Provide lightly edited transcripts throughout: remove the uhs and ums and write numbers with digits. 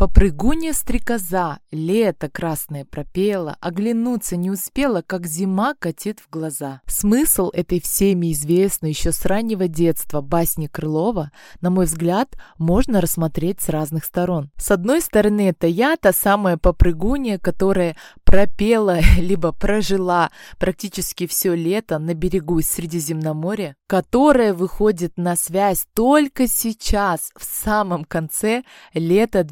Попрыгунья-стрекоза, лето красное пропела, оглянуться не успела, как зима катит в глаза. Смысл этой всеми известной еще с раннего детства басни Крылова, на мой взгляд, можно рассмотреть с разных сторон. С одной стороны, это я, та самая попрыгунья, которая пропела либо прожила практически все лето на берегу Средиземноморья, которая выходит на связь только сейчас, в самом конце лета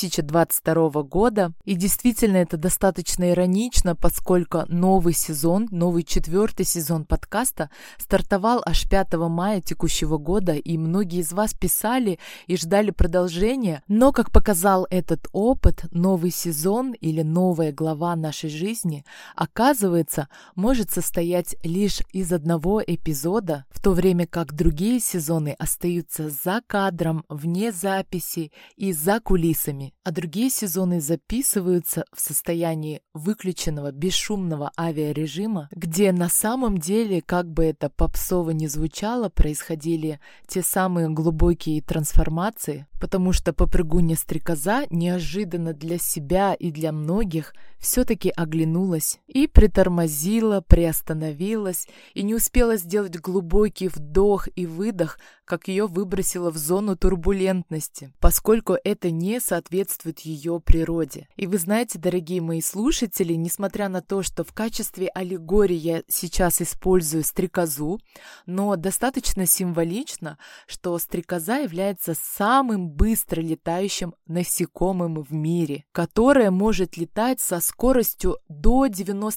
2022 года. И действительно, это достаточно иронично, поскольку новый сезон, новый 4-й сезон подкаста стартовал аж 5 мая текущего года, и многие из вас писали и ждали продолжения. Но, как показал этот опыт, новый сезон или новая глава нашей жизни, оказывается, может состоять лишь из одного эпизода, в то время как другие сезоны остаются за кадром, вне записи и за кулисами, а другие сезоны записываются в состоянии выключенного бесшумного авиарежима, где на самом деле, как бы это попсово ни звучало, происходили те самые глубокие трансформации, потому что попрыгунья-стрекоза неожиданно для себя и для многих все-таки оглянулась и притормозила, приостановилась и не успела сделать глубокий вдох и выдох, как ее выбросило в зону турбулентности, поскольку это не соответствует ее природе. И вы знаете, дорогие мои слушатели, несмотря на то, что в качестве аллегории я сейчас использую стрекозу, но достаточно символично, что стрекоза является самым быстро летающим насекомым в мире, которое может летать со скоростью до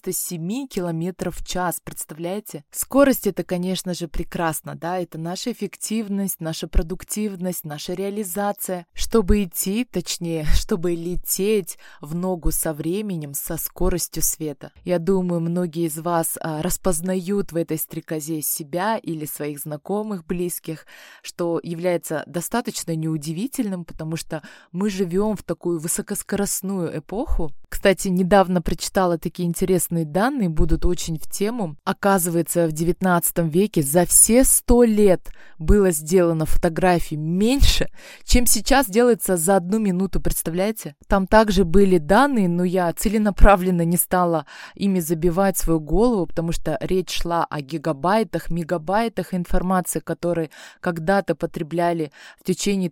97 км в час. Представляете? Скорость — это, конечно же, прекрасно, да, это наша эффективность, наша продуктивность, наша реализация. Чтобы идти, точнее, чтобы лететь в ногу со временем, со скоростью света. Я думаю, многие из вас распознают в этой стрекозе себя или своих знакомых, близких, что является достаточно неудивительным, потому что мы живем в такую высокоскоростную эпоху. Кстати, недавно прочитала такие интересные данные, будут очень в тему. Оказывается, в 19 веке за все 100 лет было сделано фотографий меньше, чем сейчас делается за 1 минуту, представляете? Там также были данные, но я целенаправленно не стала ими забивать свою голову, потому что речь шла о гигабайтах, мегабайтах информации, которые когда-то потребляли в течение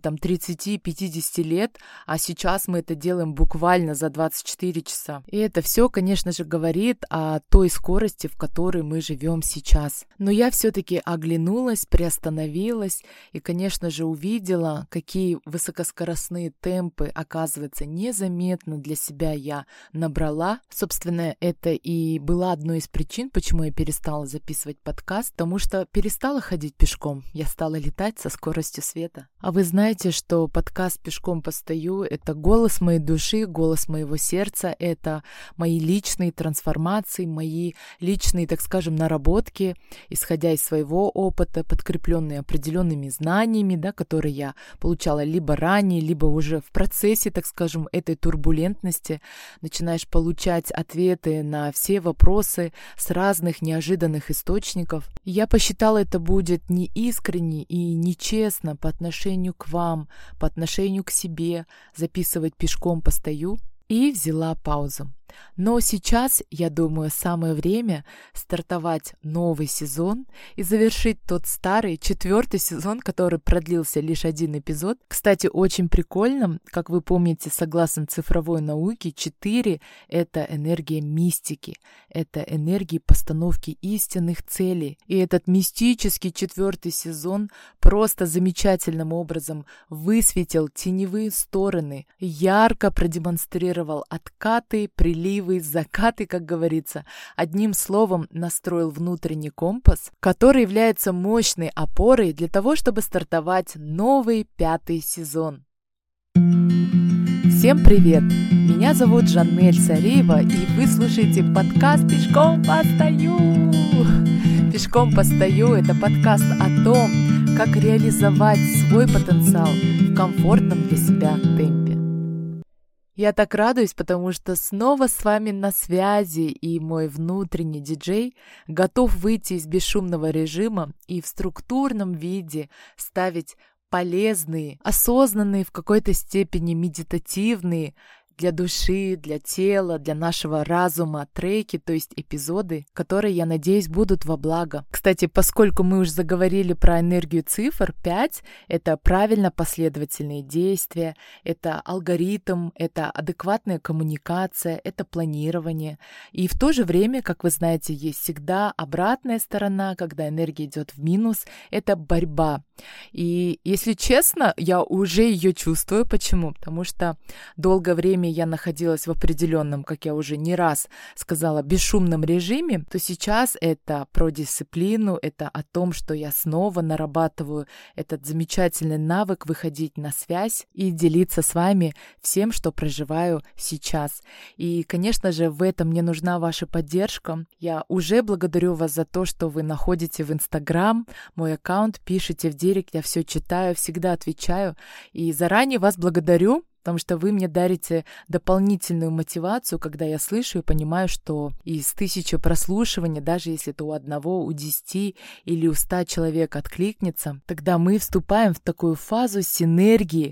30-50 лет, а сейчас мы это делаем буквально за 24 часа. И это все, конечно же, говорит о той скорости, в которой мы живем сейчас. Но я все-таки оглянулась, приостановилась и, конечно же, увидела, какие высокоскоростные темпы, оказывается, незаметно для себя я набрала. Собственно, это и была одной из причин, почему я перестала записывать подкаст, потому что перестала ходить пешком. Я стала летать со скоростью света. А вы знаете, что подкаст «Пешком постою» — это голос моей души, голос моего сердца, это мои личные трансформации, мои личные, так скажем, наработки, исходя из своего опыта, подкрепленные определенными знаниями, да, которые я получала либо ранее, либо уже в процессе, так скажем, этой турбулентности. Начинаешь получать ответы на все вопросы с разных неожиданных источников. И я посчитала, это будет неискренне и нечестно по отношению к вам, по отношению к себе записывать «Пешком постою», и взяла паузу. Но сейчас, я думаю, самое время стартовать новый сезон и завершить тот старый 4-й сезон, который продлился лишь 1 эпизод. Кстати, очень прикольно, как вы помните, согласно цифровой науке, 4 — это энергия мистики, это энергия постановки истинных целей. И этот мистический 4-й сезон просто замечательным образом высветил теневые стороны, ярко продемонстрировал откаты, приливы, закаты, как говорится. Одним словом, настроил внутренний компас, который является мощной опорой для того, чтобы стартовать новый 5-й сезон. Всем привет! Меня зовут Жаннель Сареева, и вы слушаете подкаст «Пешком постою». «Пешком постою» — это подкаст о том, как реализовать свой потенциал в комфортном для себя темпе. Я так радуюсь, потому что снова с вами на связи, и мой внутренний диджей готов выйти из бесшумного режима и в структурном виде ставить полезные, осознанные, в какой-то степени медитативные, для души, для тела, для нашего разума треки, то есть эпизоды, которые, я надеюсь, будут во благо. Кстати, поскольку мы уже заговорили про энергию цифр, 5 — это правильно последовательные действия, это алгоритм, это адекватная коммуникация, это планирование. И в то же время, как вы знаете, есть всегда обратная сторона, когда энергия идет в минус, это борьба. И, если честно, я уже ее чувствую. Почему? Потому что долгое время я находилась в определенном, как я уже не раз сказала, бесшумном режиме, то сейчас это про дисциплину, это о том, что я снова нарабатываю этот замечательный навык выходить на связь и делиться с вами всем, что проживаю сейчас. И, конечно же, в этом мне нужна ваша поддержка. Я уже благодарю вас за то, что вы находите в Инстаграм мой аккаунт, пишите в директ, я все читаю, всегда отвечаю. И заранее вас благодарю, потому что вы мне дарите дополнительную мотивацию, когда я слышу и понимаю, что из 1000 прослушиваний, даже если это у 1, у 10 или у 100 человек откликнется, тогда мы вступаем в такую фазу синергии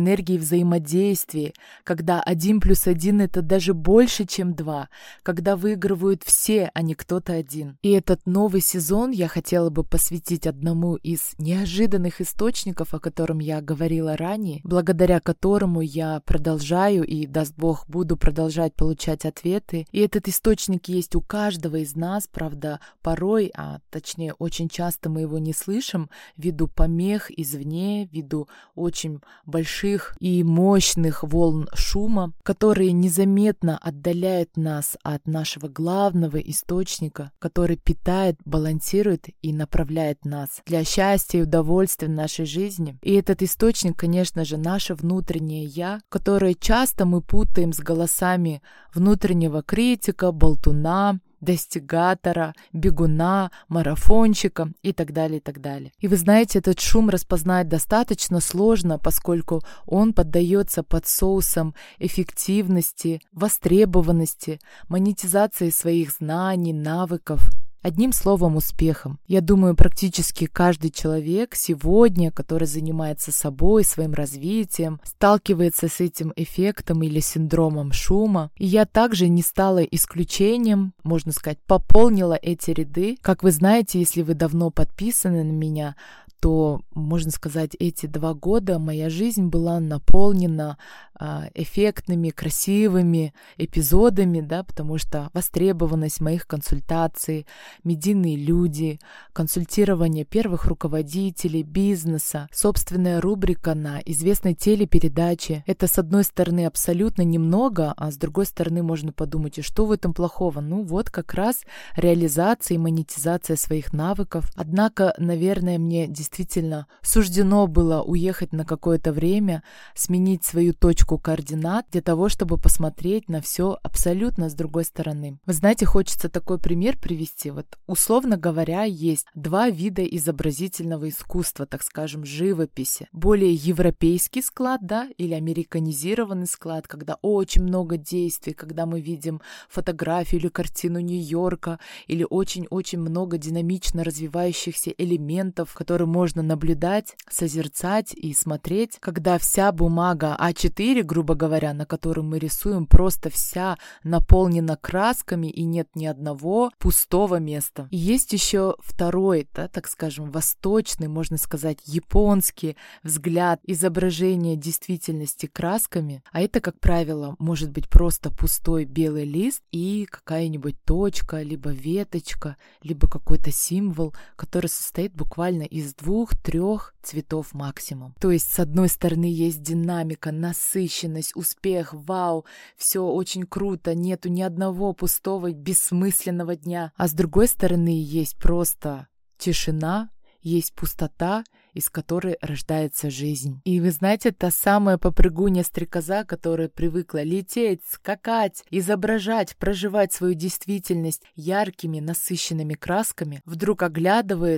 взаимодействия, когда 1 + 1 это даже больше, чем 2, когда выигрывают все, а не кто-то один. И этот новый сезон я хотела бы посвятить одному из неожиданных источников, о котором я говорила ранее, благодаря которому я продолжаю и, даст Бог, буду продолжать получать ответы. И этот источник есть у каждого из нас, правда, порой, а точнее очень часто мы его не слышим, ввиду помех извне, ввиду очень больших и мощных волн шума, которые незаметно отдаляют нас от нашего главного источника, который питает, балансирует и направляет нас для счастья и удовольствия в нашей жизни. И этот источник, конечно же, наше внутреннее «я», которое часто мы путаем с голосами внутреннего критика, болтуна, достигатора, бегуна, марафончика и так далее, и так далее. И вы знаете, этот шум распознать достаточно сложно, поскольку он поддается под соусом эффективности, востребованности, монетизации своих знаний, навыков. Одним словом, успехом. Я думаю, практически каждый человек сегодня, который занимается собой, своим развитием, сталкивается с этим эффектом или синдромом шума. И я также не стала исключением, можно сказать, пополнила эти ряды. Как вы знаете, если вы давно подписаны на меня, то, можно сказать, эти 2 года моя жизнь была наполнена эффектными, красивыми эпизодами, да, потому что востребованность моих консультаций, медийные люди, консультирование первых руководителей бизнеса, собственная рубрика на известной телепередаче. Это, с одной стороны, абсолютно немного, а с другой стороны, можно подумать, и что в этом плохого? Ну вот как раз реализация и монетизация своих навыков. Однако, наверное, мне действительно суждено было уехать на какое-то время, сменить свою точку координат для того, чтобы посмотреть на все абсолютно с другой стороны. Вы знаете, хочется такой пример привести. Вот, условно говоря, есть 2 вида изобразительного искусства, так скажем, живописи. Более европейский склад, да, или американизированный склад, когда очень много действий, когда мы видим фотографию или картину Нью-Йорка, или очень-очень много динамично развивающихся элементов, которые можно наблюдать, созерцать и смотреть, когда вся бумага А4, грубо говоря, на которой мы рисуем, просто вся наполнена красками и нет ни одного пустого места. И есть еще второй, да, так скажем, восточный, можно сказать, японский взгляд изображения действительности красками, а это, как правило, может быть просто пустой белый лист и какая-нибудь точка, либо веточка, либо какой-то символ, который состоит буквально из 2-3 цветов максимум. То есть, с одной стороны, есть динамика, насыщенность, успех, вау, все очень круто, нету ни одного пустого, бессмысленного дня. А с другой стороны, есть просто тишина, есть пустота, из которой рождается жизнь. И вы знаете, та самая попрыгунья-стрекоза, которая привыкла лететь, скакать, изображать, проживать свою действительность яркими, насыщенными красками, вдруг оглядывается,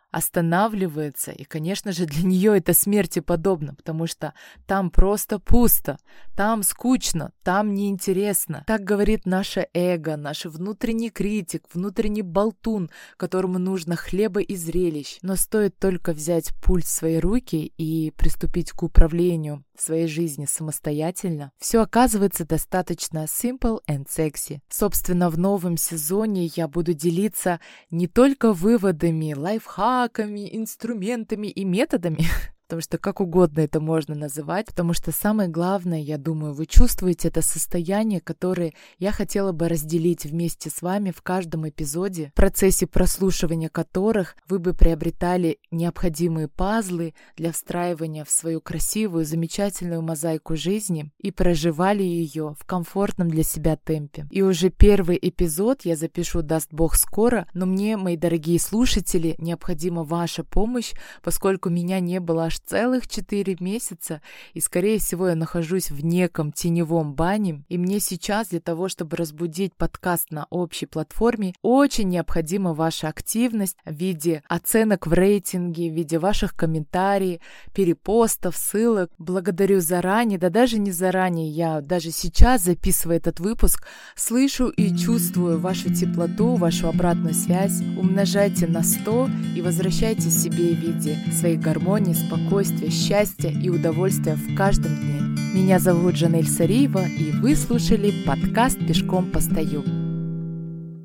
останавливается, и, конечно же, для нее это смерти подобно, потому что там просто пусто, там скучно, там неинтересно. Так говорит наше эго, наш внутренний критик, внутренний болтун, которому нужно хлеба и зрелищ. Но стоит только взять пульт в свои руки и приступить к управлению своей жизни самостоятельно, все оказывается достаточно simple and sexy. Собственно, в новом сезоне я буду делиться не только выводами, лайфхаками, инструментами и методами, потому что как угодно это можно называть, потому что самое главное, я думаю, вы чувствуете это состояние, которое я хотела бы разделить вместе с вами в каждом эпизоде, в процессе прослушивания которых вы бы приобретали необходимые пазлы для встраивания в свою красивую, замечательную мозаику жизни и проживали ее в комфортном для себя темпе. И уже первый эпизод я запишу, даст Бог, скоро, но мне, мои дорогие слушатели, необходима ваша помощь, поскольку меня не было аж целых 4 месяца, и, скорее всего, я нахожусь в неком теневом бане, и мне сейчас для того, чтобы разбудить подкаст на общей платформе, очень необходима ваша активность в виде оценок в рейтинге, в виде ваших комментариев, перепостов, ссылок. Благодарю заранее, да даже не заранее, я даже сейчас, записывая этот выпуск, слышу и чувствую вашу теплоту, вашу обратную связь. Умножайте на 100 и возвращайте себе в виде своей гармонии, спокойствия, счастья и удовольствия в каждом дне. Меня зовут Жанель Сариева, и вы слушали подкаст «Пешком постою».